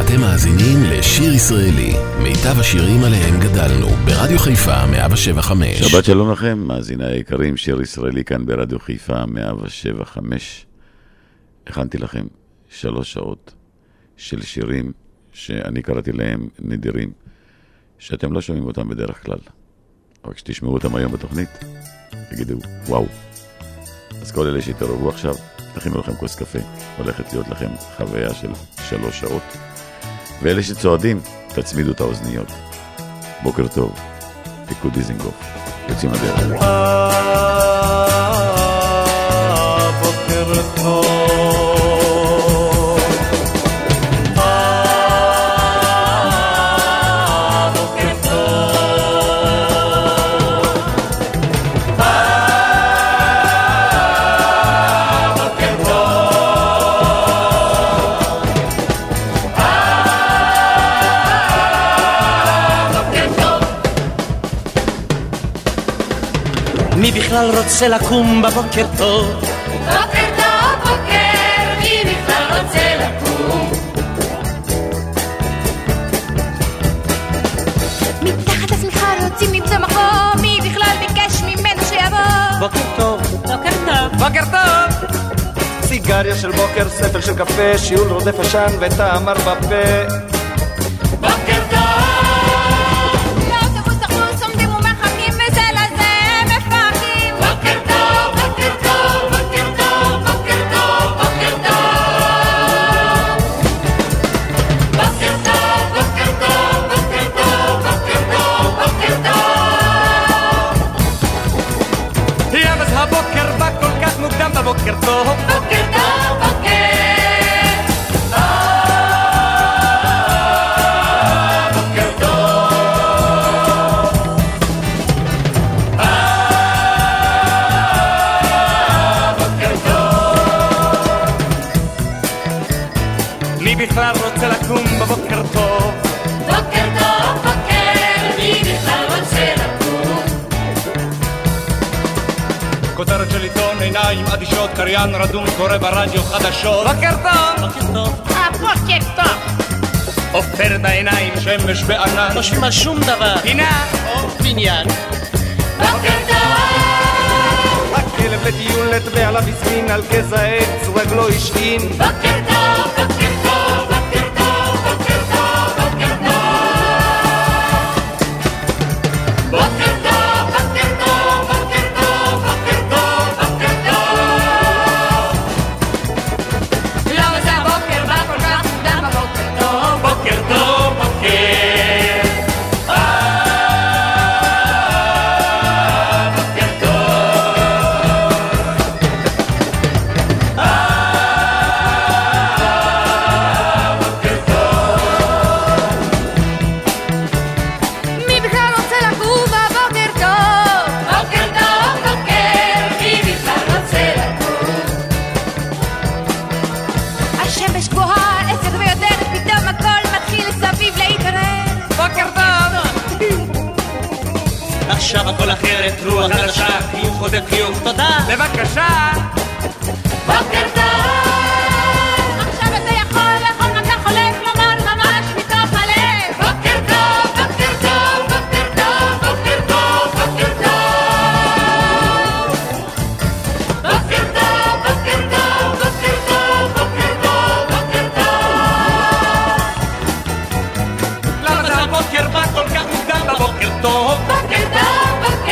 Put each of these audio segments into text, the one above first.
אתם מאזינים לשיר ישראלי, מיטב השירים עליהם גדלנו, ברדיו חיפה 107.5. שבת שלום לכם, מאזיני היקרים, שיר ישראלי כאן ברדיו חיפה 107.5. הכנתי לכם 3 שעות של שירים שאני קראתי להם נדירים, שאתם לא שומעים אותם בדרך כלל. רק שתשמעו אותם היום בתוכנית, תגידו, וואו. אז כל אלה שהתערבו עכשיו, תכינו לכם כוס קפה, הולכת להיות לכם חוויה של 3 שעות. ואלה שצועדים, תצמידו את האוזניות. בוקר טוב, פיקוד דיזינגוף, יוצאים הדרך. בוקר טוב, מי בכלל רוצה לקום בבוקר טוב? בוקר טוב, בוקר, מי בכלל רוצה לקום? מתחת לשמיכה רוצים למצוא מקום, מי בכלל ביקש ממנו שיבוא? בוקר טוב, בוקר טוב, בוקר טוב. סיגריה של בוקר, ספל של קפה, שיעול רודף עשן וטעמר בפה. בוקר טוב, לאוטובוס החוץ עומדים ומחכים וזה לזה מפרקים. בוקר טוב, בוקר טוב, בוקר טוב, בוקר טוב, בוקר טוב. בוקר טוב, בוקר טוב, בוקר טוב, בוקר טוב, בוקר טוב. למה זה הבוקר בא כל כך מוקדם בבוקר טוב? בוקר טוב, בוקר. בכלל רוצה לקום בבוקר טוב? בוקר טוב, בוקר, מי בכלל רוצה לקום? כותרת של עיתון, עיניים אדישות, קריין רדום קורא ברדיו חדשות. בוקר טוב, בוקר טוב, בוקר טוב. עופר בעיניים, שמש בענן, חושבים על שום דבר, פינה או בניין. בוקר טוב, הכלב לטיול נטבע עליו הסמין, על גזע עץ רגלו השעין. בוקר טוב, בוקר טוב, בוקר טוב, בוקר טוב, בוקר טוב. בוקר טוב, בוקר טוב, בוקר טוב, בוקר טוב, בוקר טוב. למה זה הבוקר בא כל כך מוקדם בבוקר טוב? בוקר טוב, בוקר. עכשיו הכל אחרת, רוח חדשה, חיוך חודק חיוך, תודה, בבקשה. בוקר טוב, עכשיו אתה יכול לכל מה חולף לומר ממש מתוך הלב. בוקר טוב, בוקר טוב, בוקר טוב, בוקר טוב, בוקר טוב. בוקר טוב, בוקר טוב, בוקר טוב, בוקר טוב, בוקר טוב. למה זה הבוקר בא כל כך מוקדם בבוקר טוב? בוקר טוב, בוקר.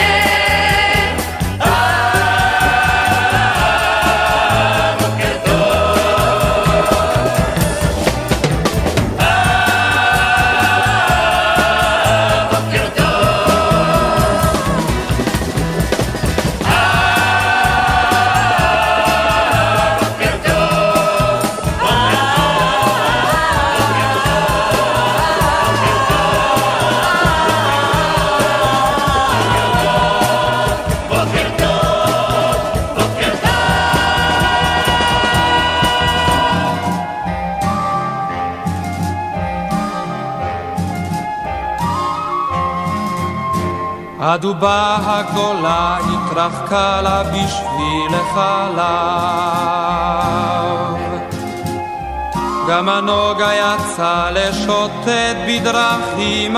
הדובה הגדולה התרחקה לה בשביל החלב, גם הנוגה יצא לשוטט בדרכים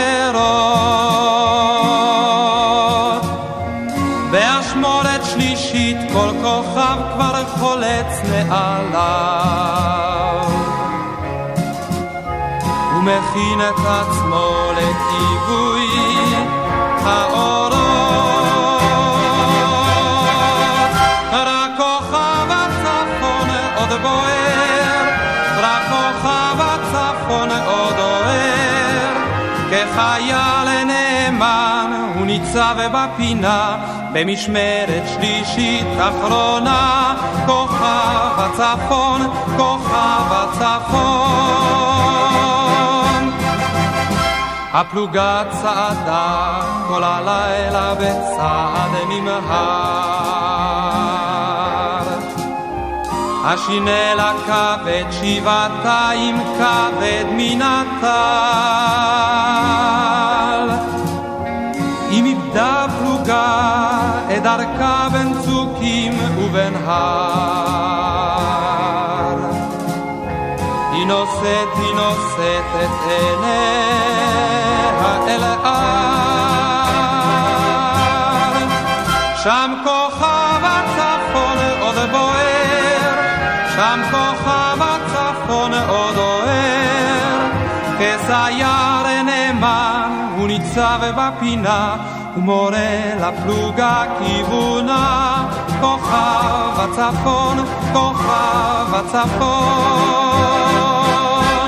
אחרות. באשמורת שלישית כל כוכב כבר חולץ מעליו, ומכין את עצמו לכיבוי האורות. רק כוכב הצפון עוד בוער, רק כוכב הצפון עוד אוהר. כחייל נאמן הוא ניצב בפינה במשמרת שלישית אחרונה. כוכב הצפון, כוכב הצפון. הפלוגה צעדה כל הלילה בצעד נמהר. השינלה כבד שבעתיים כבד מן הטל. אם איבדה פלוגה את דרכה בין צוקים ובין הר, היא נושאת את עיניה אל ההר. שם כוכב הצפון עוד בוער, שם כוכב הצפון עוד אוהר. כסייר נאמן הוא ניצב בפינה ומורה לפלוגה כיוונה. כוכב הצפון, כוכב הצפון.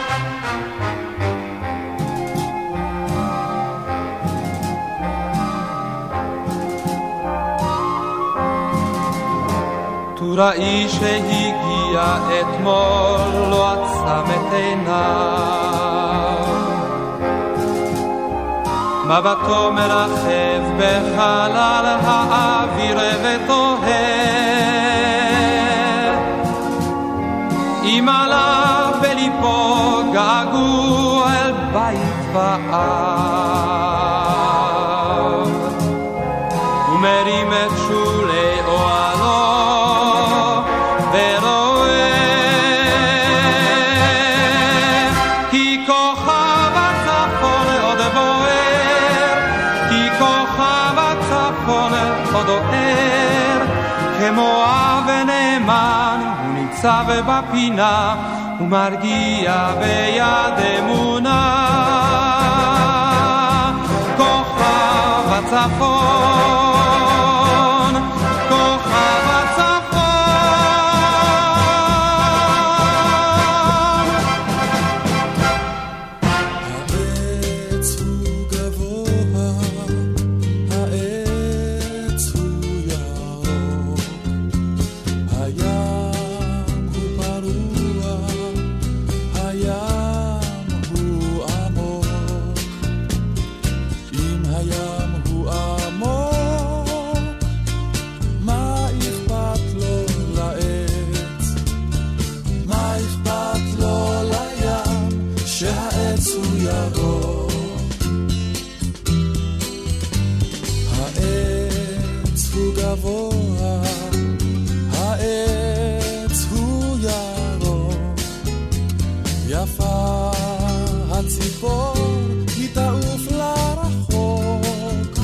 טוראי שהגיע אתמול לא עצם את עיניו, מבטו מרחב בחלל האוויר ותוהה. אם עלה בליבו געגוע אל בית ואב, ומרים את שולי אוהלו ורואה כי כוכב הצפון עוד בוער, כי כוכב הצפון עוד אוהר. כמו אב נאמן הוא ניצב בפינה ומרגיע ביד אמונה. כוכב הצפון, כוכב הצפון. העץ הוא גבוה, העץ הוא ירוק, הים הוא פרוע, הים הוא עמוק. אם הים הוא עמוק, מה אכפת לו לעץ? מה אכפת לו לים שהעץ הוא ירוק? העץ הוא גבוה, העץ הוא ירוק, יפה הציפור היא תעוף לרחוק.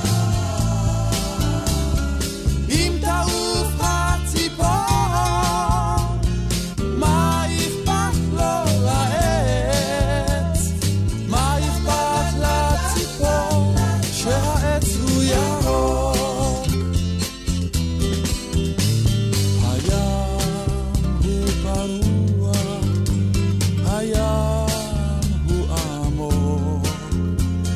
אם תעוף הציפור, מה אכפת לו לעץ? מה אכפת לציפור שהעץ הוא ירוק? הים הוא פרוע, הים הוא עמוק,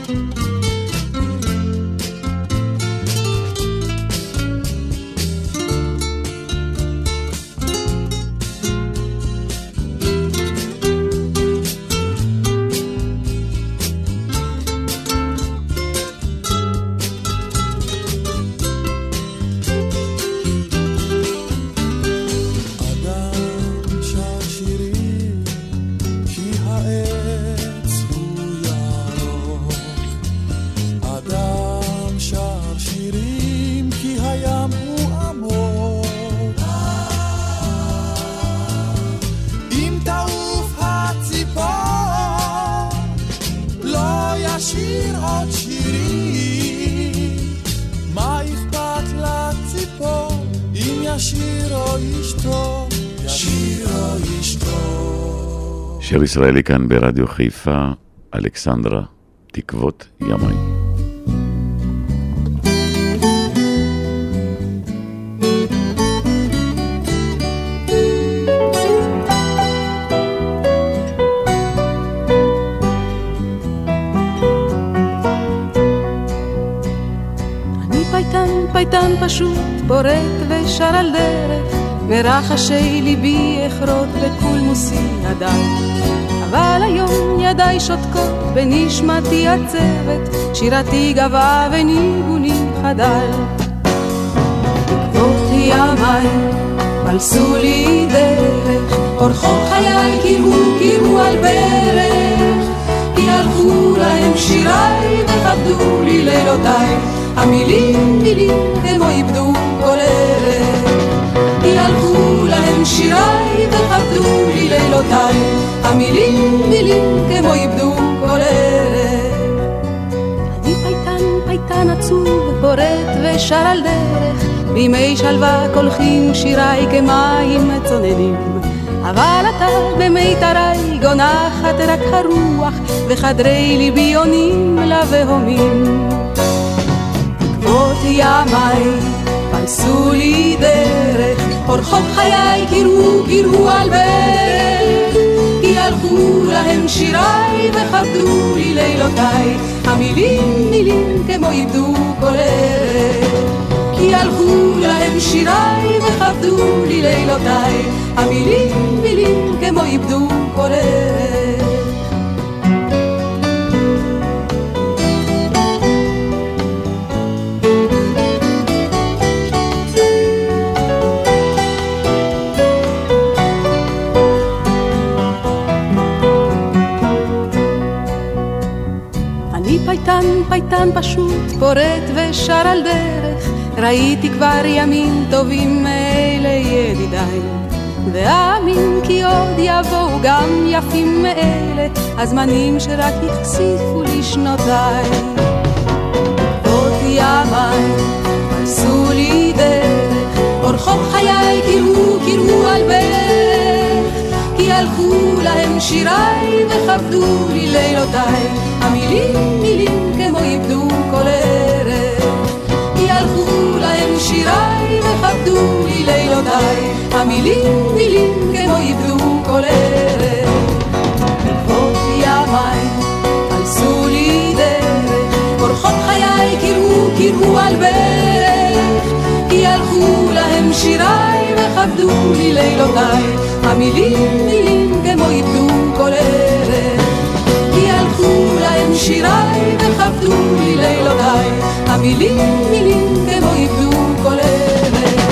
שיר ישראלי כאן ברדיו חיפה, אלכסנדרה, תקוות ימי. אני פייטן פשוט, פורט ושר על דרך, מרחשי ליבי אחרות בקולמוסי עדיין. אבל היום ידיי שותקות בנשמתי עצבת, שירתי גבה וניגוני חדל. תקוות ימי פלסו לי דרך, אורחות חיי קירו על ברך, כי הלכו להם שיריי וכבדו לי לילותיי, המילים כמו איבדו כל ערך. כי הלכו להם שיריי וכבדו לי לילותיי, המילים כמו איבדו כל ערך. אני פייטן עצוב פורט ושר על דרך, בימי שלווה קולחים שיריי כמים צוננים, אבל אתה במיתרי גונחת רק הרוח, וחדרי ליבי עונים לבהומים. תקוות ימי פלסו לי דרך, אורחות חיי קירו על ברך, כי הלכו להם שיריי וכבדו לי לילותיי, המילים כמו איבדו כל ערך. כי הלכו להם שיריי וכבדו לי לילותיי, המילים כמו איבדו כל ערך. פייטן פשוט פורט ושר על דרך, ראיתי כבר ימים טובים מאלה ידידיי, ואמין כי עוד יבואו גם יפים מאלה, הזמנים שרק יחשיפו לי שנותיי. תקוות ימי פלסו לי דרך, אורחות חיי קירו על ברך, כי הלכו להם שיריי וכבדו לי לילותיי, המילים כמו איבדו כל ערך. כי הלכו להם שיריי וכבדו לי לילותיי, המילים כמו איבדו כל ערך. תקוות ימי פלסו לי דרך, אורחות חיי קירו על ברך, כי הלכו להם שיריי וכבדו לי לילותיי, המילים כמו איבדו כל ערך. כי הלכו להם שיריי וכבדו לי לילותיי, המילים כמו איבדו כל ערך.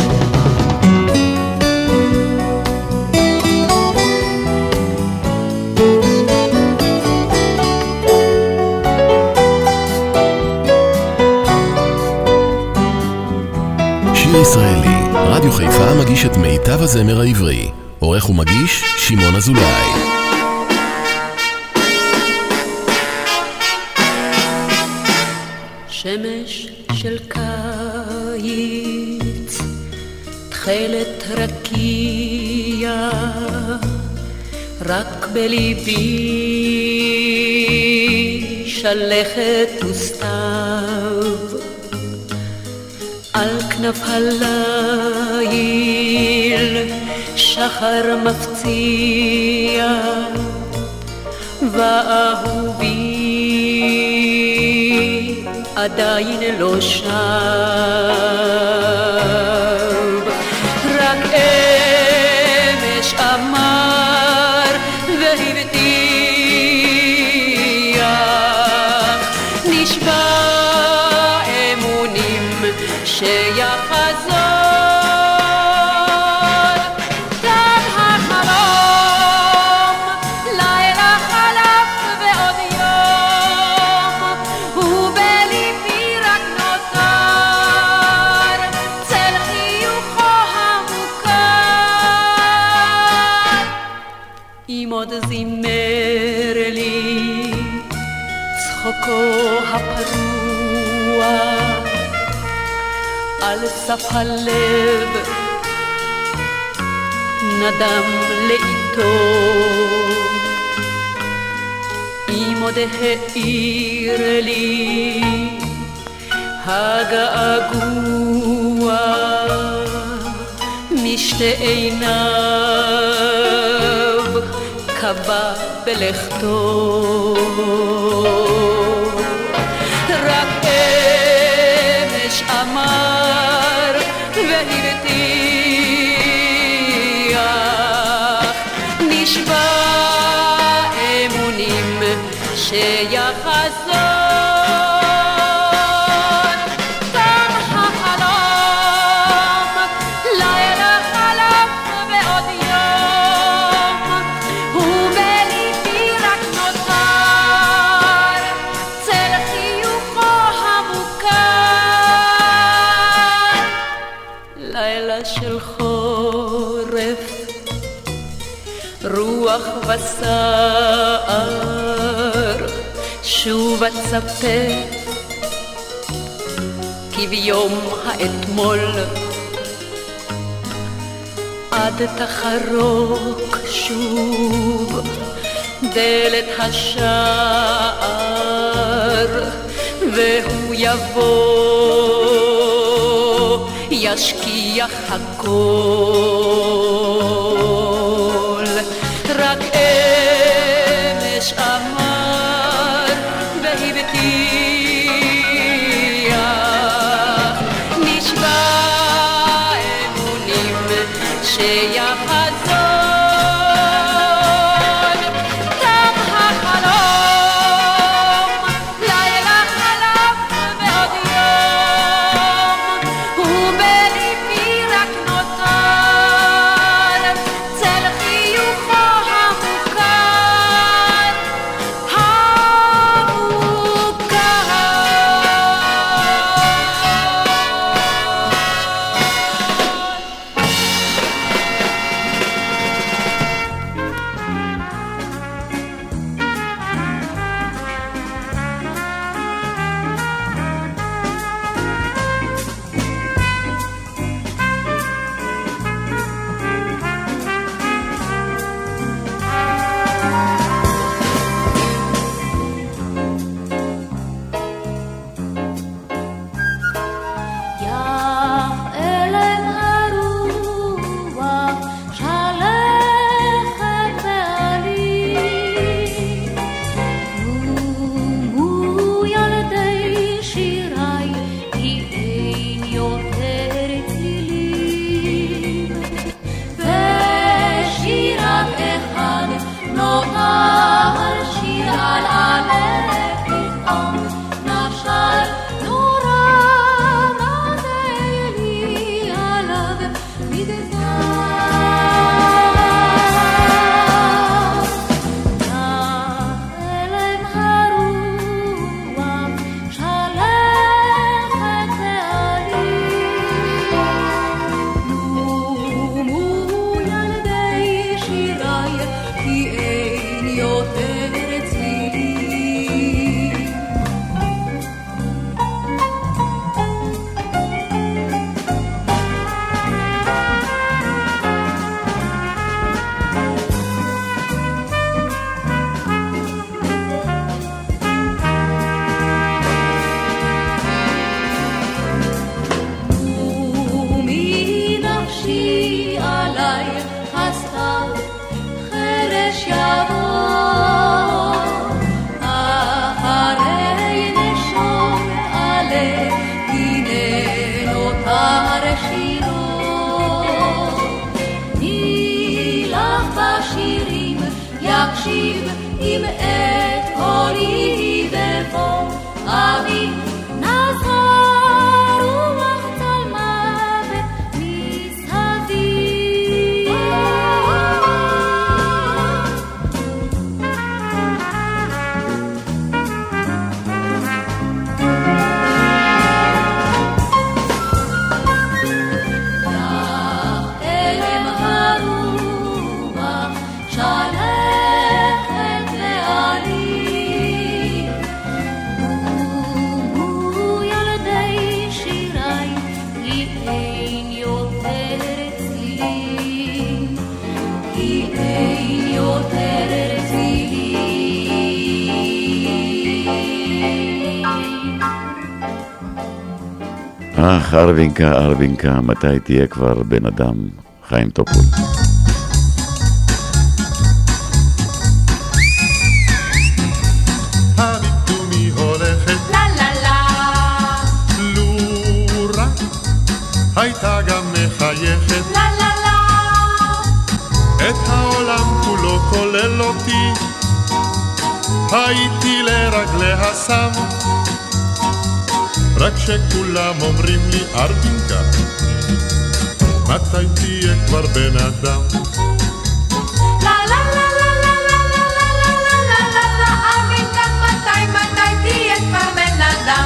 שיר ישראלי, רדיו חיפה מגיש את מיטב הזמר העברי. עורך ומגיש שמעון אזולאי. שמש של קיץ, תחילת רקיע, רק בליבי שלכת וסתיו, על כנף הליל שחר מפציע, ואהובי עדיין לא שב, רק אמש אמר והבטיח, נשבע אמונים שיחזור. תם החלום, לילה חלף ועוד יום, ובליבי רק נותר צל חיוכו המוכר. אם עוד זימר לי צחוקו הפרוע על סף הלב, נדם לאיתו. אם עוד העיר לי הגעגוע משתי עיניו, קבע בלכתו. רק אמש אמר והבטיח, נשבע אמונים שיחזור. תם החלום, לילה חלף ועוד יום, ובליבי רק נותר צל חיוכו המוכר. לילה של חורף, רוח וסער, שוב אצפה כביום האתמול, עד תחרוק שוב דלת השער, והוא יבוא ישכיח הכל. רק אמש אמר והבטיח, נשבע אמונים שיחזור. תם החלום, לילה חלף ועוד יום, ובליבי רק נותר צל חיוכו המוכר, המוכר. אבי נזר רוח צלמה ומסביב אלם הרוח שלכת ועלי הוא ילדי שירי היא אין יותר אצלי היא אין יותר אצלי ארבינקה, ארבינקה, מתי תהיה כבר בן אדם? חיים טופול. הביטומי הולכת לה לה לה לורה הייתה גם מחייכת לה לה לה את העולם כולו כולל אותי הייתי לרגליה שם רק שכולם אומרים לי ארבינקה מתי תהיה כבר בן אדם לה לה לה לה לה לה לה לה לה לה לה לה ארבינקה מתי תהיה כבר בן אדם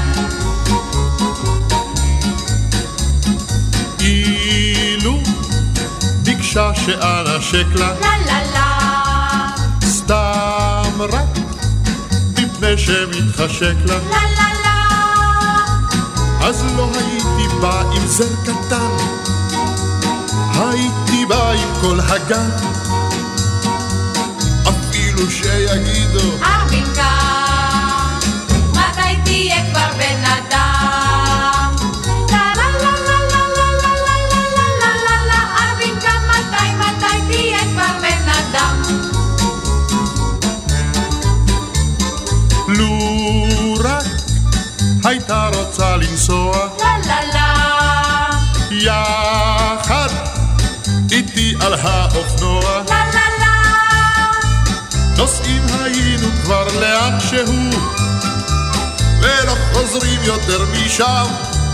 אילו ביקשה שאנשק לה לה לה לה סתם רק מפני שמתחשק לה לה לה לה אז לא הייתי בא עם זר קטן הייתי בא עם כל הגן אפילו שיגידו ארבינקה מתי תהיה כבר בן אדם לה לה לה לה לה לה לה לה לה לה לה לה ארבינקה מתי תהיה כבר בן אדם לו רק הייתה רוצה לנסוע לה לה לה יחד איתי על האופנוע לה לה לה נוסעים היינו כבר לאן שהוא ולא חוזרים יותר משם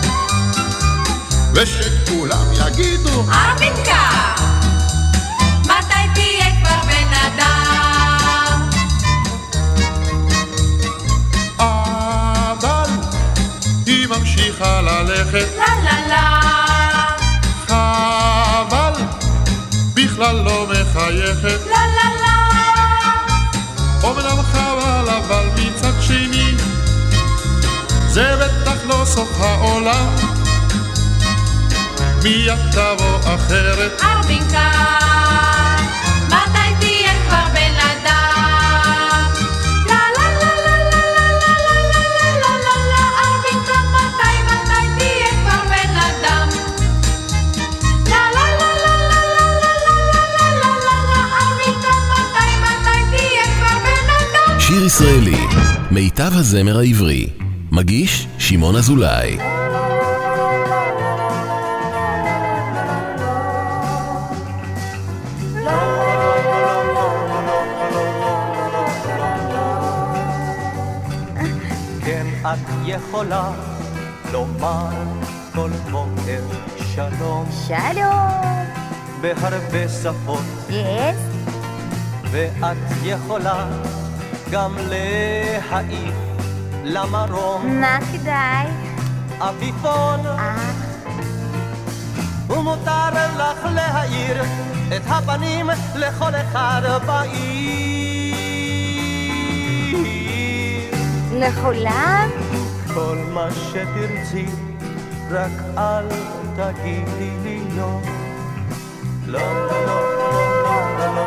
ושכולם יגידו ארבינקה מתי תהיה כבר בן אדם אבל היא ממשיכה ללכת לה לה לה חבל בכלל לא מחייכת לה לה לה אומנם חבל אבל מצד שני זה בטח לא סוף העולם מיד תבוא אחרת ארבינקה מתי תהיה כבר בן אדם לה לה לה לה לה לה לה לה לה לה לה ארבינקה מתי תהיה כבר בן אדם לה לה לה לה לה לה לה לה לה לה ארבינקה מתי תהיה כבר בן אדם שיר ישראלי, מיטב הזמר העברי, מגיש שמעון אזולאי. כן, את יכולה לומר כל בוקר שלום שלום בהרבה שפות יס ואת יכולה גם להעיף למרום מה כדאי? אביפון ומותר לך להאיר את הפנים לכל אחד בעיר לכולם? כל מה שתרצי רק אל תגידי לי לא לא לא לא לא לא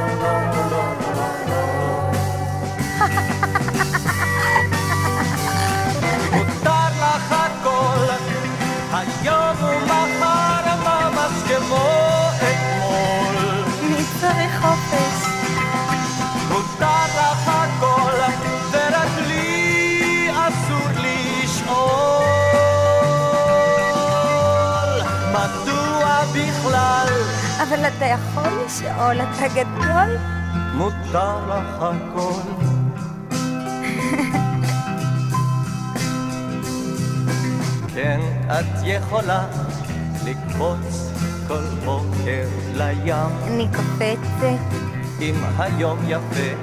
מותר לך הכל היום ומחר ממש כמו אתמול מי צריך חופש? מותר לך הכל ורק לי אסור לשאול מדוע בכלל אבל אתה יכול לשאול, אתה גדול? מותר לך הכל כן, את יכולה לקפוץ כל בוקר לים. אני קופצת. אם היום יפה,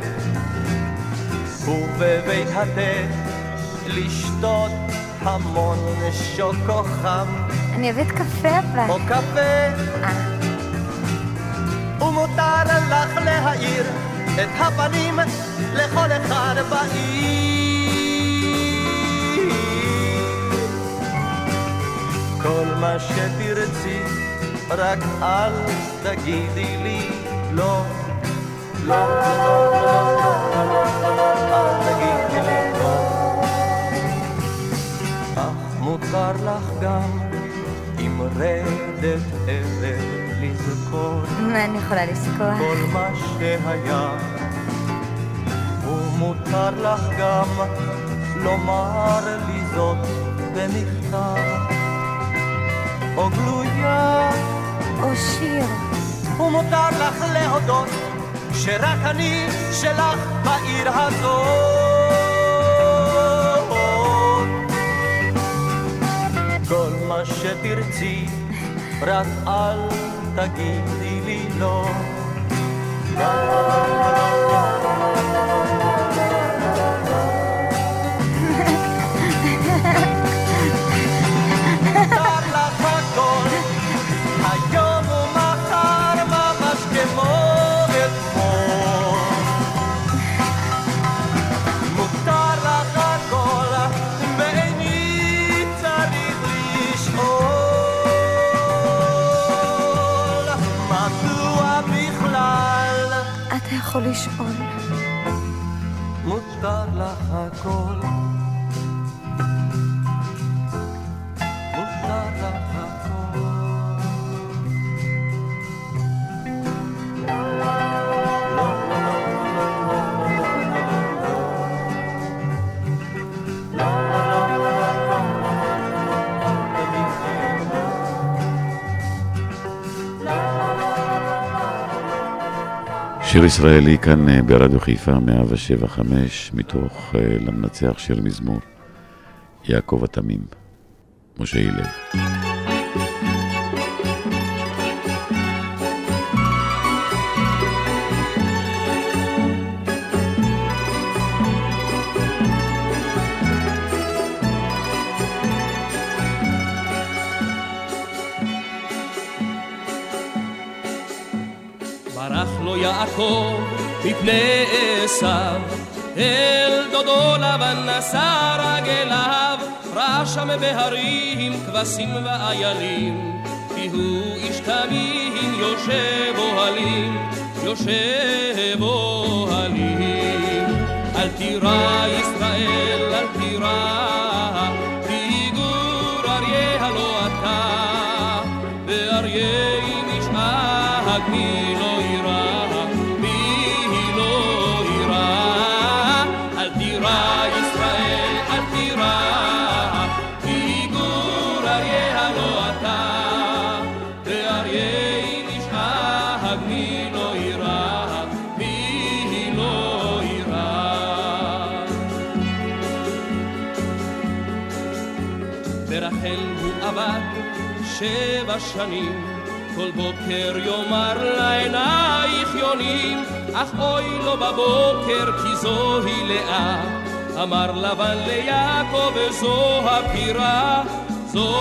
ובבית התה לשתות המון שוקו חם. אני אוהבת קפה אבל. או קפה. ומותר לך להאיר את הפנים לכל אחד בעיר. כל מה שתרצי, רק אל תגידי לי לא. לא, לא, לא, לא, אל תגידי לי לא. אך מותר לך גם עם רדת ערב לזכור. מה אני יכולה לזכור? כל מה שהיה. ומותר לך גם לומר לי זאת במכתב או גלויה או שיר. ומותר לך להודות שרק אני שלך בעיר הזאת. כל מה שתרצי, רק אל תגידי לי לא. מותר לך הכל, היום ומחר ממש כמו אתמול. מותר לך הכל, ואיני צריך לשאול מדוע בכלל. אתה יכול לשאול. מותר לך הכל. שיר ישראלי כאן ברדיו חיפה 107.5 מתוך למנצח שיר מזמור יעקב התמים, משה הלל. ברח לו יעקב מפני עשיו, אל דודו לבן נשא רגליו, ראה שם בהרים כבשים ואיילים, כי הוא איש תמים יושב אוהלים, יושב אוהלים. אל תירא ישראל, אל תירא, כי גור אריה הלא אתה, ואריה נשאג מי לא ירא, מי לא ירא. אל תירא ישראל, אל תירא, כי גור אריה הלא אתה, ואריה נשאג מי לא ירא, מי לא ירא. ברחל הוא עבד 7 שנים, כל בוקר יאמר לעינייך יונים, אך אוי לו בבוקר כי זוהי לאה. אמר לבן ליעקב זו הפירה, זו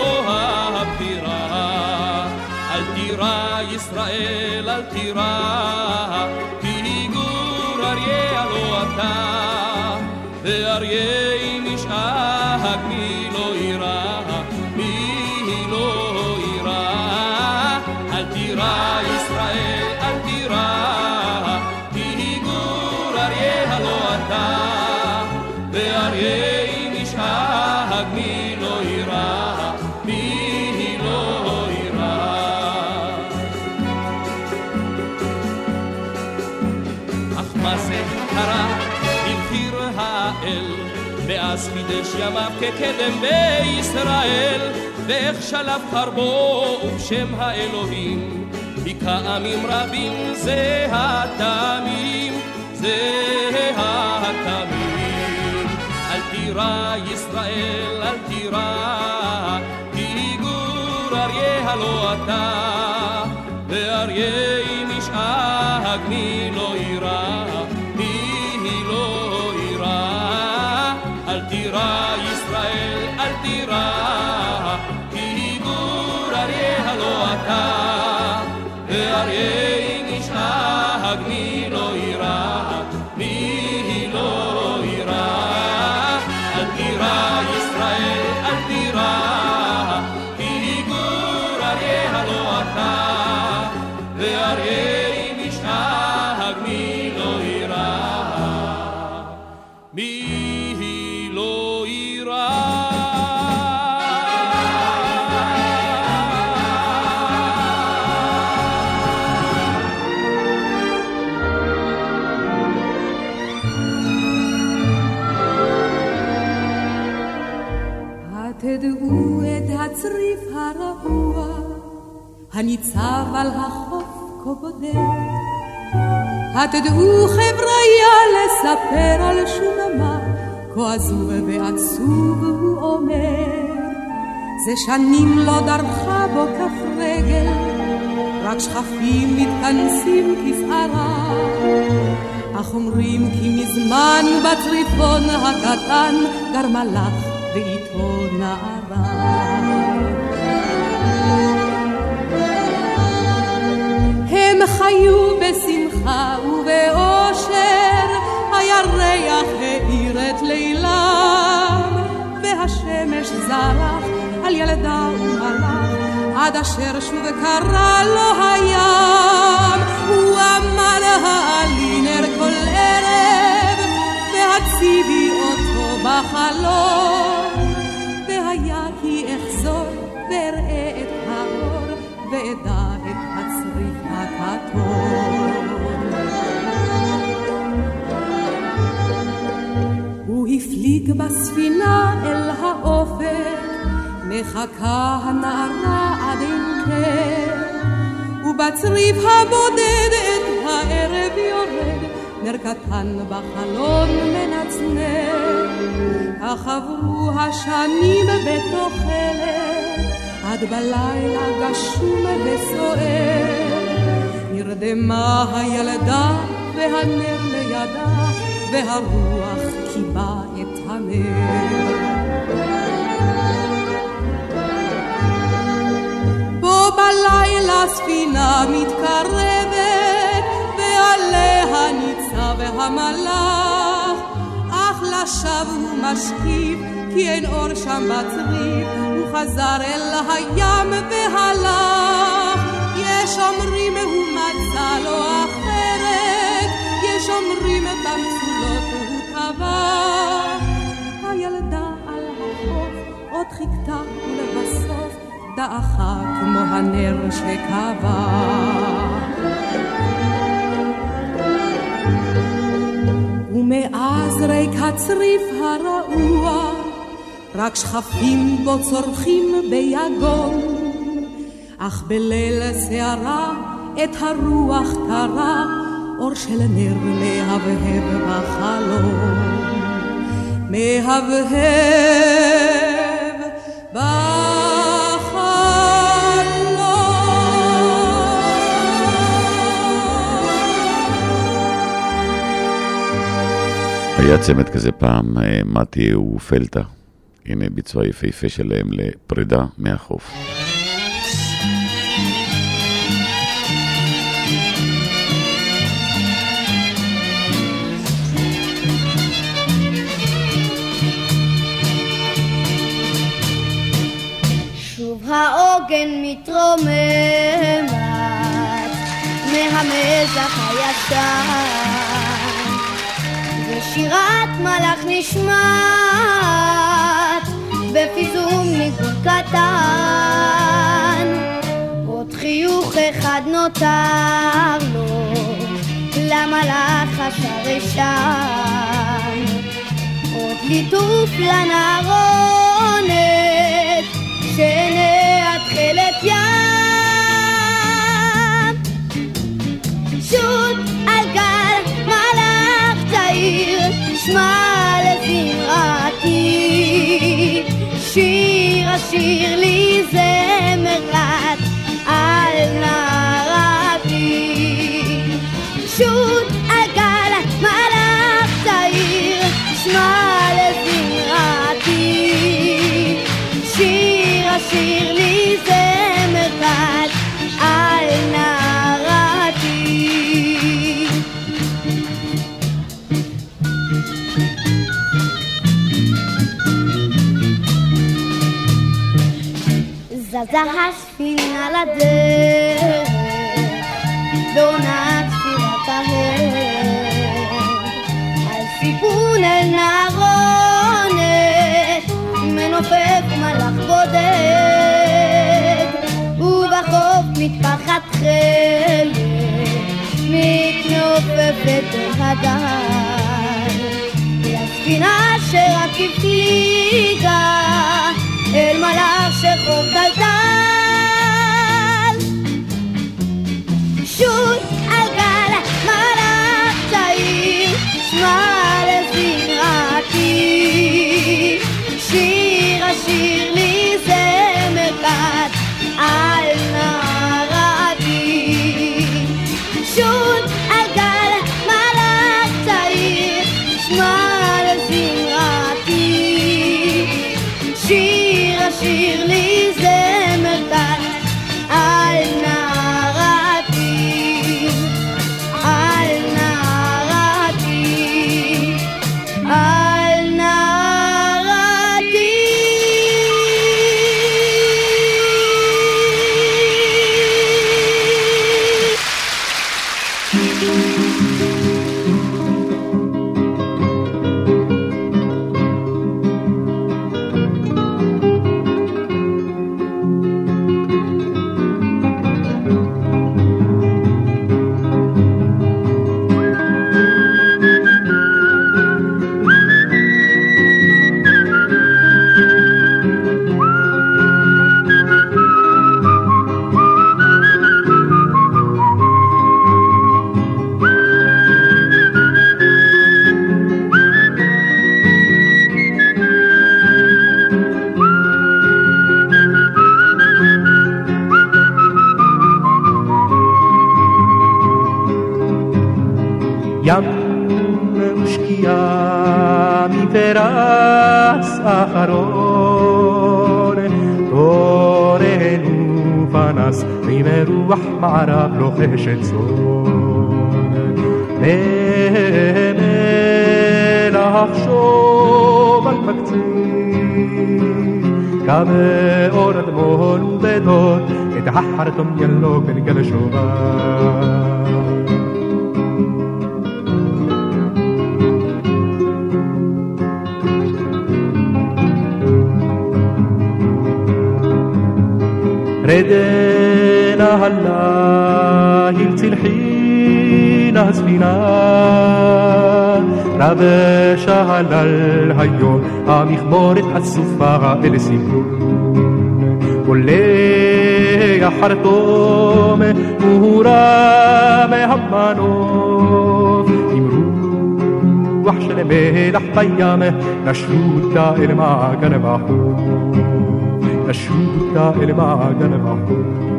הפירה. אל תירא ישראל, אל תירא, כי גור אריה הלא אתה, ואריה נשאג מי לא ירא, מי לא ירא. אל תירא ישראל, אל תירא, כי גור אריה הלא אתה, ואריה נשאג מי לא ירא, מי לא ירא. אך מה זה קרה במחיר האל, ואז חידש ימיו כקדם בישראל, ואיך שלף חרבו ובשם האלוהים, בקעמים רבים זה התמים, זה התמים. אל תירא ישראל, אל תירא, הלא אתה, ואריה אם ישאג מי לא יירא, מי לא יירא. אל תירא ישראל, אל תירא, כי גור אריה הלא אתה, ואריה אם ישאג מי לא יירא, מי לא יירא. אל תירא ישראל, אל תירא, כי גור אריה הלא אתה, ואריה אם ישאג מי לא יירא, מי לא יירא. תדעו את הצריף הרעוע הניצב על החוף כה בודד, התדעו חבריה לספר על שונמה כה עזוב ועצוב הוא אומר. זה שנים לא דרכה בו כף רגל, רק שכפים מתכנסים כפערה, אך אומרים כי מזמן בצריפון הקטן גרמה לך ואיתו נערה. הם חיו בשמחה ובאושר, הירח האיר את לילם, והשמש זרח על ילדה ומלך, עד אשר שוב קרא לו הים. הוא אמר העלי נר כל ערב, והציבי אותו בחלום, והיה כי אחזור ואראה את האור, ואדע את הצריף הכתום. הוא הפליג בספינה אל האופק, מחכה הנערה עד אין קר, ובצריף הבודד את הערב יורד, נר קטן בחלון מנצנר. אך עברו השנים בתוחלת, עד בלילה גשום וסוער, נרדמה הילדה והנר לידה, והרוח קיבה את הנר. בו בלילה ספינה מתקרבת, ועליה ניצב המלאך, אך לשווא הוא משקיף, כי אין אור שם בצריף. הוא חזר אל הים והלך, יש אומרים הוא מצא לו אחרת, יש אומרים במצולות הוא טבע. הילדה על החוף עוד חיכתה ולבסוף דעכה כמו הנר שקבע. ומאז ריק הצריף הרעוע, רק שכפים בו צורכים ביגון, אך בליל שערה את הרוח קרה, אור של נר מהבהב בחלום, מהבהב היה צמד כזה פעם, מתי ופלטה. הנה ביצוע יפהפה שלהם לפרידה מהחוף. שוב העוגן מתרוממת מהמזח הישן, שירת מלאך נשמעת בפיזום ניגון קטן, עוד חיוך אחד נותר לו למלאך השרשן, עוד ליטוף לנערונת שעיניה תכלת ים, שוט על גל מלאך צעיר שמע לזמרתי, שיר השיר לי זמרת שמע לזמרתי, שיר השיר לי זמר קט על נערתי. זזה הספינה לדרך ועונה תפילת ההר על סיפון אל נערונת מנופף מלאך בודד ובחוף מטפחת חלק מתנופפת אל הדר לספינה שרק הפליגה אל מלאך שחור דלדל שוט על גל מלאך צעיר שמע לזמרתי שיר השיר לי זמר קט על נערתי שוט על גל מלאך צעיר שמע לזמרתי שיר השיר לי זמר קט על נערתי על נערתי על נערתי ים ושקיעה מפרץ אחרון תורנו פנס עם רוח מערב לוחשת צאן ולחשוב על תקציב כמאור אדמון ובדות את החרטום ילוק בנגל שובה ردنا هلا يلتلحينا سفينة ربشا هلا الهيو عم يخبرت السفارة السيبون ولي يا حرطوم مهورا مهمانو يمرو وحش الملح قيامه نشوتا المعجن بحو نشوتا المعجن بحو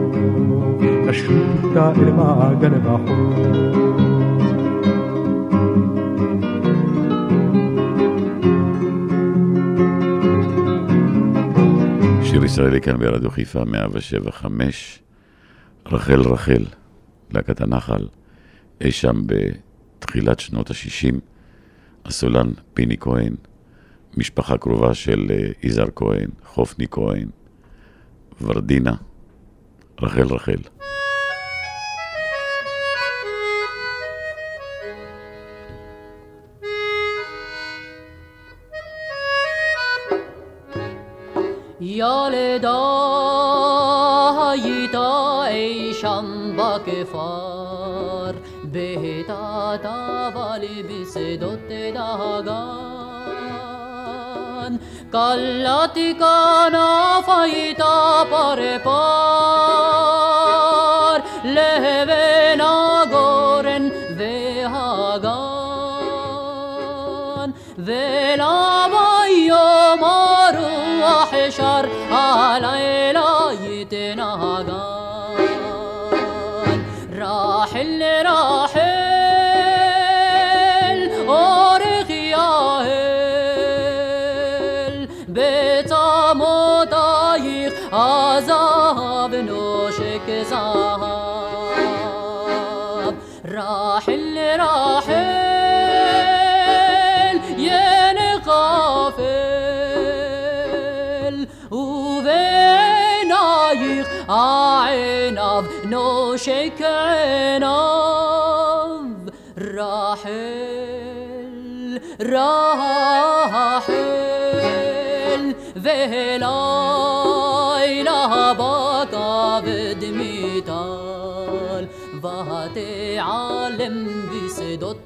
نشوتا المعجن بحو שיר ישראלי כאן ברדיו חיפה 107.5 רחל רחל להקת הנחל אי שם בתחילת שנות ה-60 הסולן פיני כהן משפחה קרובה של יזהר כהן חופני כהן ורדינה רחל רחל ילדה הייתה אי שם בכפר בהיטת אבל בשדות דגן קלעתי כנף הייתה פרפר לבין הגורן והגן ולמה יום הרוח שר הלילה יתנגן רחל רחל אורך יהל בצמותייך הזהב נושק זהב. רחל רחל ינחפל ובעינייך העיניו נושק עיניו. רחל רחל ולילה בקע בדמיטל ותעלם בשדות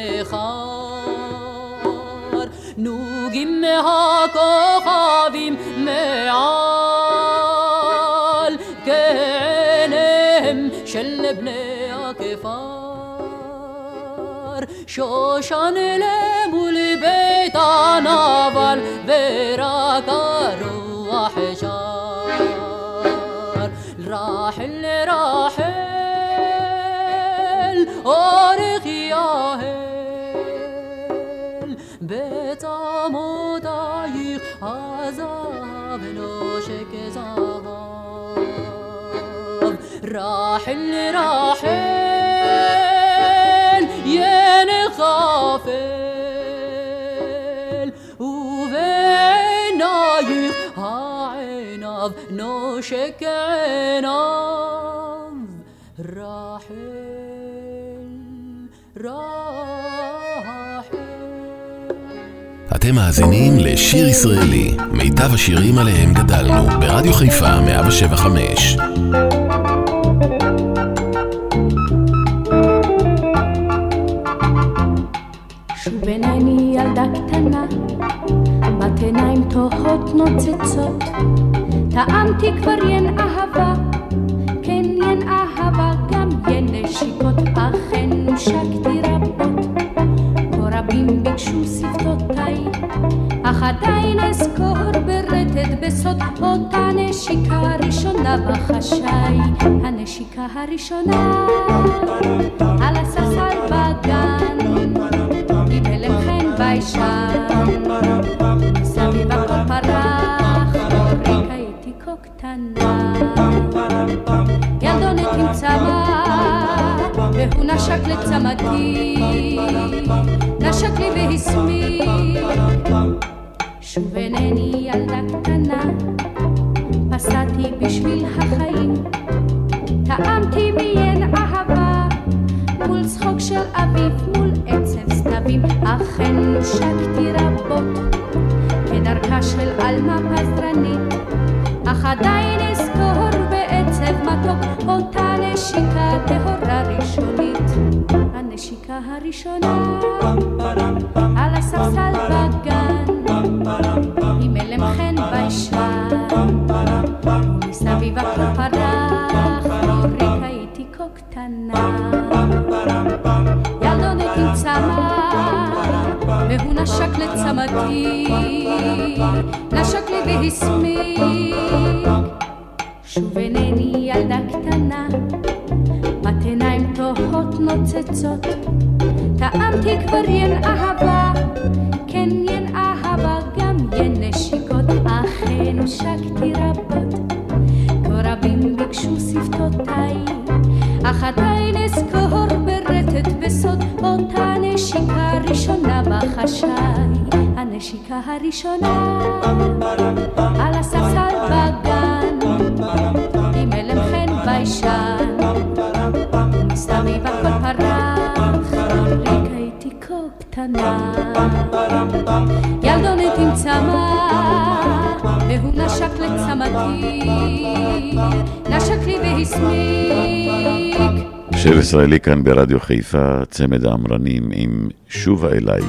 נחר. נוגים מהכוכבים מעל כעיניהם של בני הכפר. שושן למול בית הנבל ורק הרוח שר. רחל רחל אורך יהל בצמותייך הזהב נושק זהב. רחל רחל ינחפל ובעינייך העיניו נושק עיניו. רחל רחל. אתם מאזינים לשיר ישראלי, מיטב השירים עליהם גדלנו, ברדיו חיפה 107.5. שוב עיניי ילדה קטנה, בת עיניים תוהות נוצצות, טעמתי כבר ין אהבה, כן ין אהבה, גם ין נשיקות, אכן נושקתי רבות. כה רבים ביקשו שפתותיי, אך עדיין אזכור ברטט בסוד אותה נשיקה ראשונה בחשאי. הנשיקה הראשונה על הספסל בגן, עם הלם חן ביישן, סביב הכל פרח, אוריקה הייתי כה קטנה. ילדונת עם צמא, והוא נשק לצמתי, נשק לי והסמיק. שוב אינני ילדה קטנה, פסעתי בשביל החיים, טעמתי ביין אהבה, מול צחוק של אביב, מול עצב סתבים, אכן נושקתי רבות, כדרכה של אלמה פזרנית, אך עדיין אזכור בעצב מתוק, אותה נשיקה טהורה ראשונית. הנשיקה הראשונה על הספסל בגן, עם הלם חן ביישן, ומסביב הכל פרח, אוריקה הייתי כה קטנה. ילדונת עם צמא, והוא נשק לצמתי, נשק לי והסמיק. שוב אינני ילדה קטנה, בת עיניים תוהות נוצצות, טעמתי כבר ין אהבה, כן ין אהבה, גם ין נשיקות, אכן נושקתי רבות. כה רבים ביקשו שפתותיי, אך עדיין אזכור ברטט בסוד אותה נשיקה ראשונה בחשאי. הנשיקה הראשונה על הספסל בגן, עם הלם חן ביישן, מסביב הכל פרח, אוריקה הייתי כה קטנה. ילדונת עם צמא, והוא נשק לצמתי, נשק לי והסמיק. שיר ישראלי כאן ברדיו חיפה, צמד האמרנים עם שובה אליי.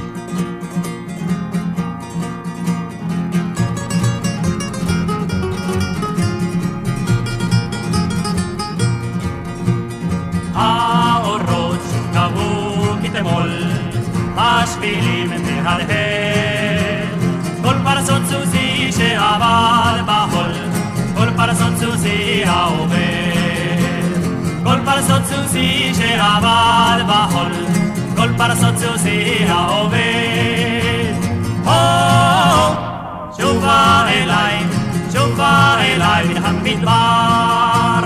האורות קבעו כתמול, השבילים מהדהד, כל פרסות סוסי שעבר בחול, כל פרסות סוסי העובר, כל פרסות סוסי שעבר בחול, כל פרסות סוסי העובר. שובה אליי במדבר.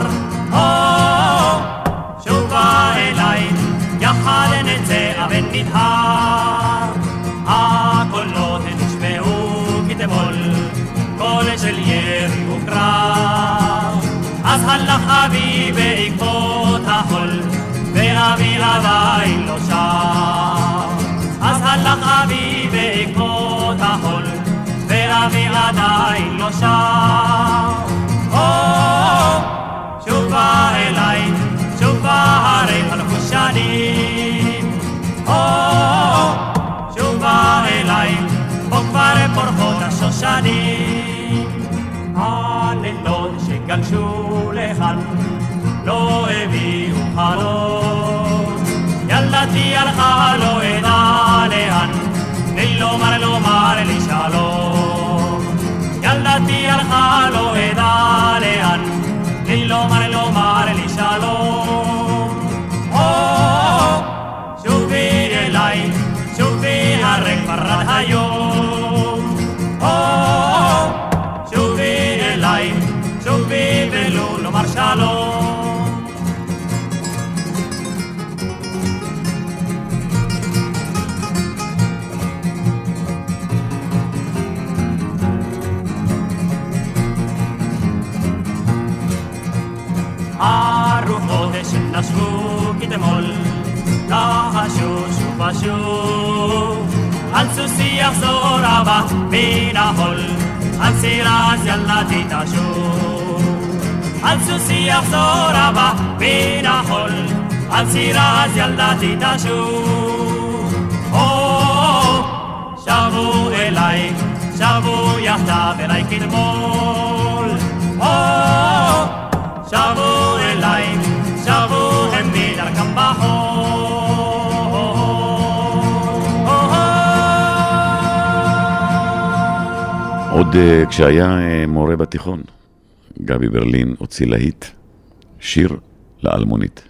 שובה אליי, יחד נצא אבן נדהר. הקולות נשמעו כתמול, קול של ירי וקרב. אז הלך אבי בעקבות החול, ואבי עדיין לא שם. אז הלך אבי בעקבות החול, ואבי עדיין לא שם. שובה אליי, שובה הרי חלפו שנים. שובה אליי, פה כבר פורחות השושנים. הלילות שגלשו לכאן לא הביאו חלום. ילדתי הלכה לא אדע לאן, בלי לומר לי שלום. ילדתי הלכה לא אדע לאן, בלי לומר לי שלום. שובי אליי, שובי הרי כבר עד היום. שובי אליי, שובי ולו לומר שלום. הרוחות שנשבו כתמול, לחשו שוב ושוב. על סוסי יחזור אבא מן החול, על סירה אז ילדתי תשוב. על סוסי יחזור אבא מן החול, על סירה אז ילדתי תשוב. שבו אליי, שבו יחדיו אליי כתמול. שבו אליי, שבו הם מדרכם בחול. עוד כשהיה מורה בתיכון, גבי ברלין הוציא להיט, שיר לאלמונית.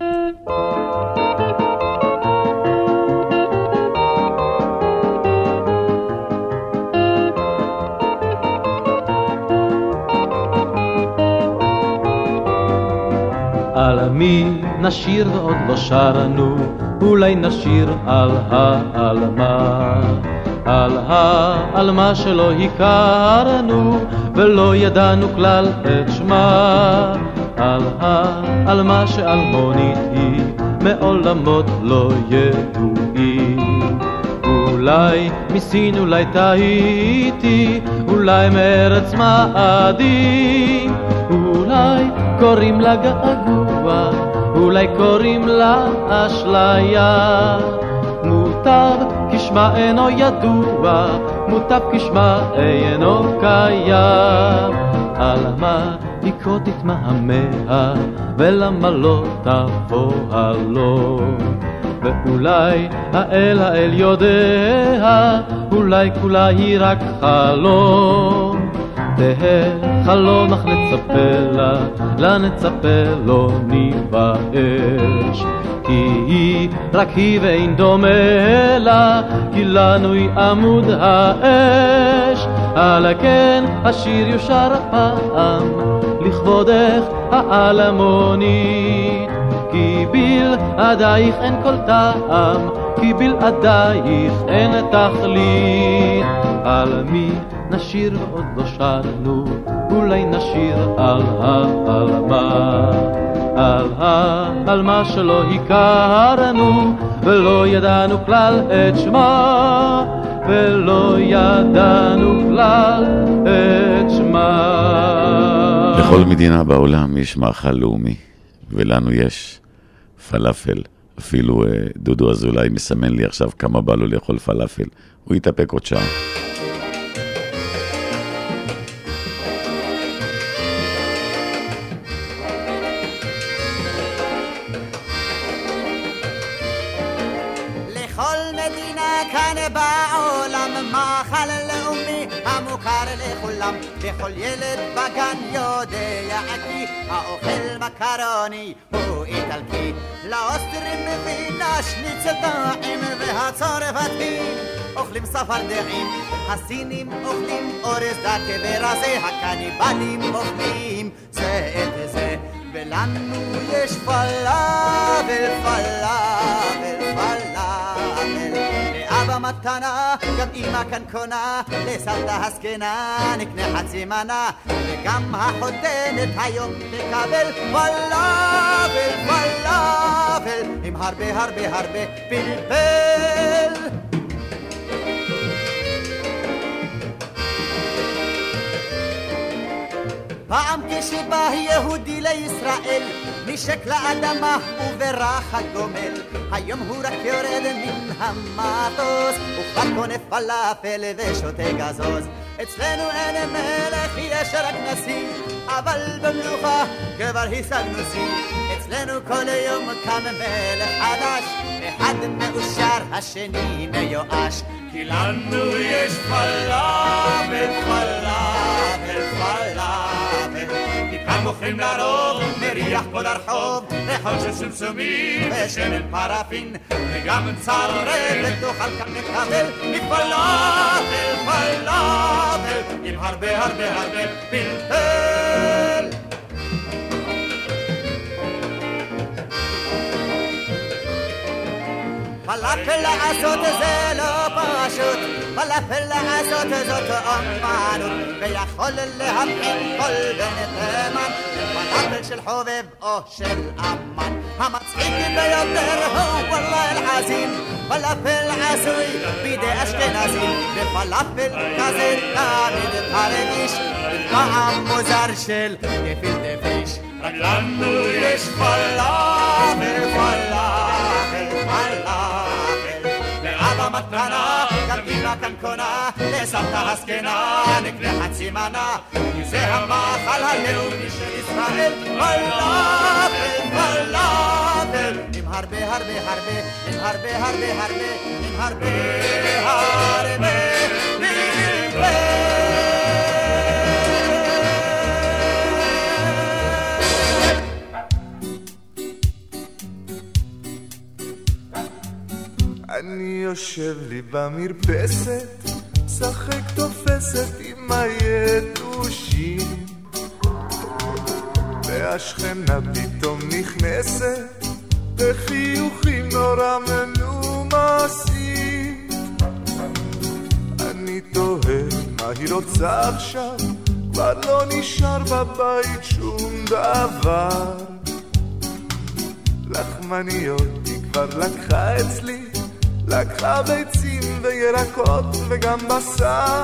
על מי נשיר ועוד לא שרנו, אולי נשיר על העלמה. על העלמה שלא הכרנו ולא ידענו כלל את שמה. על העלמה שאלמונית היא מעולמות לא ידועים. אולי מסין, אולי טעיתי, אולי מארץ מאדים. אולי קוראים לה געגוע, אולי קוראים לה אשליה. מוטב כשמה אינו ידוע, מוטב כשמה אינו קיים. על מה לקרוא תתמהמה, ולמה לא תבוא הלום. ואולי האל יודע, אולי כולה היא רק חלום. תהה חלום אך נצפה לה נצפה לא ניבאש. כי היא רק היא ואין דומה לה, כי לנו היא עמוד האש. על כן השיר יושר הפעם לכבודך האלמונית. כי בלעדייך אין כל טעם, כי בלעדייך אין תכלית. על מי נשיר ועוד לא שרנו, אולי נשיר על העלמה. על מה שלא הכרנו ולא ידענו כלל את שמה, ולא ידענו כלל את שמה. בכל מדינה בעולם יש מאכל לאומי, ולנו יש פלאפל. אפילו דודו אזולאי מסמן לי עכשיו כמה בא לו לאכול פלאפל. הוא יתאפק עוד שעה. וכל ילד בגן יודע כי האוכל מקרוני הוא איטלקי. לאוסטרים מבינה שניצל טעים, והצרפתים אוכלים צפרדעים. הסינים אוכלים אורז דקה ורזה, הקניבלים אוכלים זה את זה, ולנו יש פלאבל, פלאבל, פלאבל. לאבא מתנה, גם אמא כאן קונה, לסבתא הזקנה נקנה חצי מנה, וגם החותנת היום תקבל פלאבל, פלאבל, עם הרבה הרבה הרבה פלפל. פעם כשבא יהודי לישראל, נשק לאדמה וברח הגומל, היום הוא רק יורד מן המטוס, וכבר קונה פלאפל ושותה גזוז. אצלנו אין מלך, יש רק נשיא, אבל במלוכה כבר השגנו שיא. אצלנו כל יום קם מלך חדש, אחד מאושר השני מיואש, כי לנו יש פלאפל, פלאפל, פלאפל. כי כאן מוכרים לרוב, מריח כל הרחוב, ריחות של סמסומים ושמן פרפין, וגם צרבת תוכל כאן לקבל מפלאפל, פלאפל, עם הרבה הרבה הרבה פלפל. פלאפל לעשות זה לא פשוט, פלאפל לעשות זאת אומנות, ויכול להבחין כל בן תימן, פלאפל של חובב או של אמן. המצחיק ביותר הוא וואלה אל-עזים, פלאפל עשוי בידי אשכנזים, ופלאפל כזה תמיד תרגיש טעם מוזר של גפילטע פיש. רק לנו יש פלאפל, פלאפל, פלאפל. לאבא מתנה, גם אמא כאן קונה, לסבתא הזקנה נקנה חצי מנה, כי זה המאכל הלאומי של ישראל. פלאפל, פלאפל, עם הרבה הרבה הרבה, עם הרבה הרבה הרבה, עם הרבה הרבה פלפל. אני יושב לי במרפסת, שחק תופסת עם היתושים, והשכנה פתאום נכנסת בחיוכים נורא מנומסים. אני תוהה מה היא רוצה עכשיו, כבר לא נשאר בבית שום דבר. לחמניות היא כבר לקחה אצלי, לקחה ביצים וירקות וגם בשר.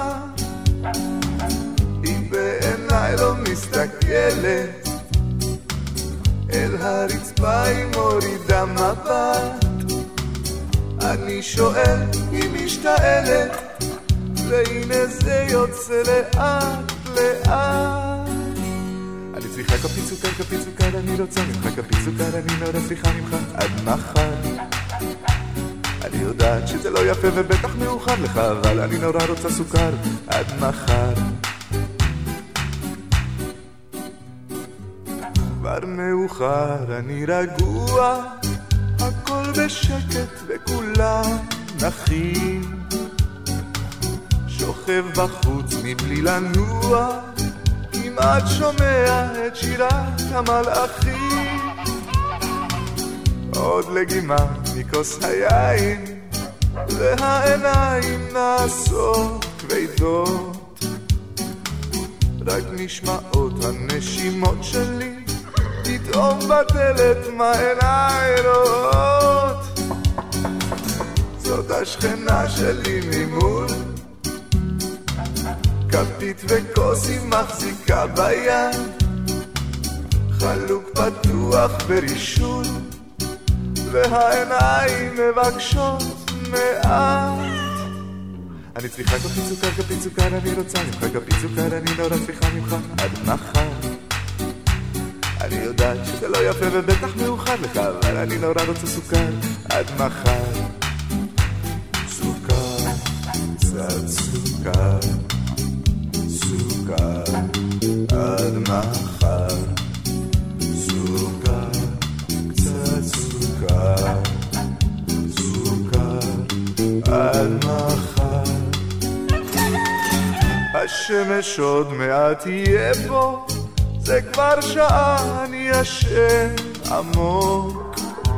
היא בעיניי לא מסתכלת, אל הרצפה היא מורידה מבט. אני שואל אם משתעלת, והנה זה יוצא לאט לאט. אני צריכה כפית סוכר, כפית סוכר, אני רוצה ממך כפית סוכר, אני נורא צריכה ממך עד מחר. אני יודעת שזה לא יפה ובטח מאוחר לך, אבל אני נורא רוצה סוכר עד מחר. כבר מאוחר, אני רגוע, הכל בשקט וכולם נחים. שוכב בחוץ מבלי לנוע, כמעט שומע את שירת המלאכים. עוד לגימה מכוס היין, והעיניים נעשות כבדות, רק נשמעות הנשימות שלי, פתאום בדלת מה עיניי רואות. זאת השכנה שלי ממול, כפית וכוס היא מחזיקה ביד, חלוק פתוח ברישול, והעיניים מבקשות מעט. אני צריכה כפית סוכר, כפית סוכר, אני רוצה ממך כפית סוכר, אני נורא צריכה ממך עד מחר. אני יודעת שזה לא יפה ובטח מאוחר לך, אבל אני נורא רוצה סוכר עד מחר. סוכר, קצת סוכר, סוכר עד מחר. סוכר, קצת סוכר, סוכר עד מחר. השמש עוד מעט יהיה פה, זה כבר שעה אני ישן עמוק,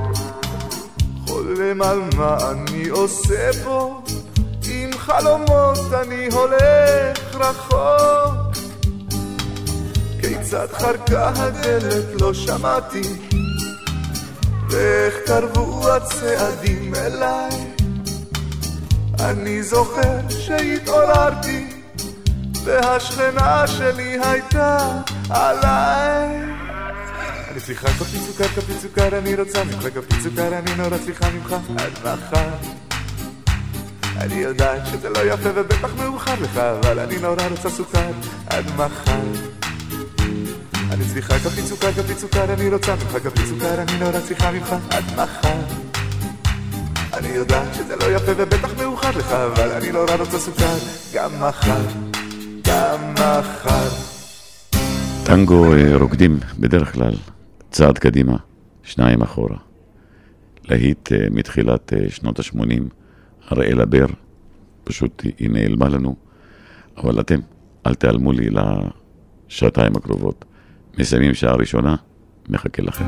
חולם על מה אני עושה פה, עם חלומות אני הולך רחוק. כיצד חרקה הדלת לא שמעתי, ואיך קרבו הצעדים אליי. אני זוכר שהתעוררתי והשכנה שלי הייתה עליי. אני צריכה קפי סוכר, אני רוצה ממך קפי סוכר, אני נורא צריכה ממך עד מחר. אני יודעת שזה לא יפה ובטח מאוחר לך, אבל אני נורא רוצה סוכר עד מחר. אני צריכה קפי סוכר, אני רוצה ממך קפי סוכר, אני נורא צריכה ממך עד מחר. אני יודעת שזה לא יפה ובטח מאוחר לך, אבל אני נורא רוצה סוכר גם מחר, גם מחר. טנגו רוקדים בדרך כלל צעד קדימה, שניים אחורה. להיט מתחילת שנות ה-80, הראל הבר, פשוט היא נעלמה לנו, אבל אתם אל תעלמו לי לשעתיים הקרובות. מסיימים שעה ראשונה, מחכה לכם.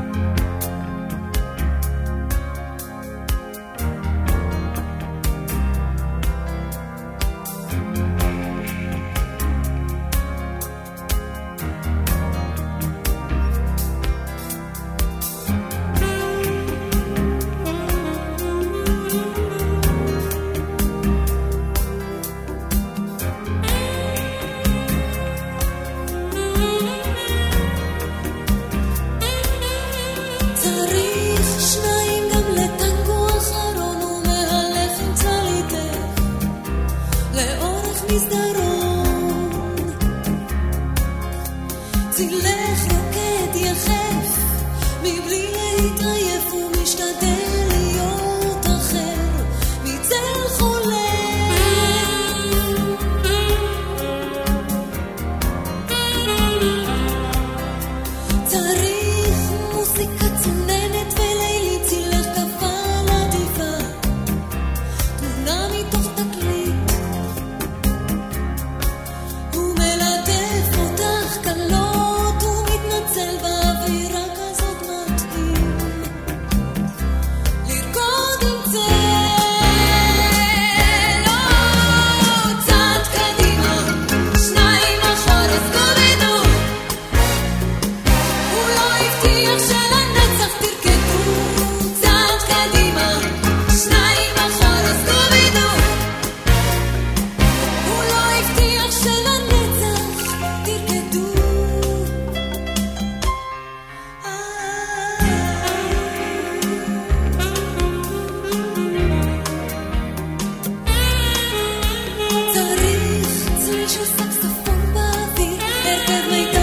צריך סקסופון באוויר, הרכב מיתר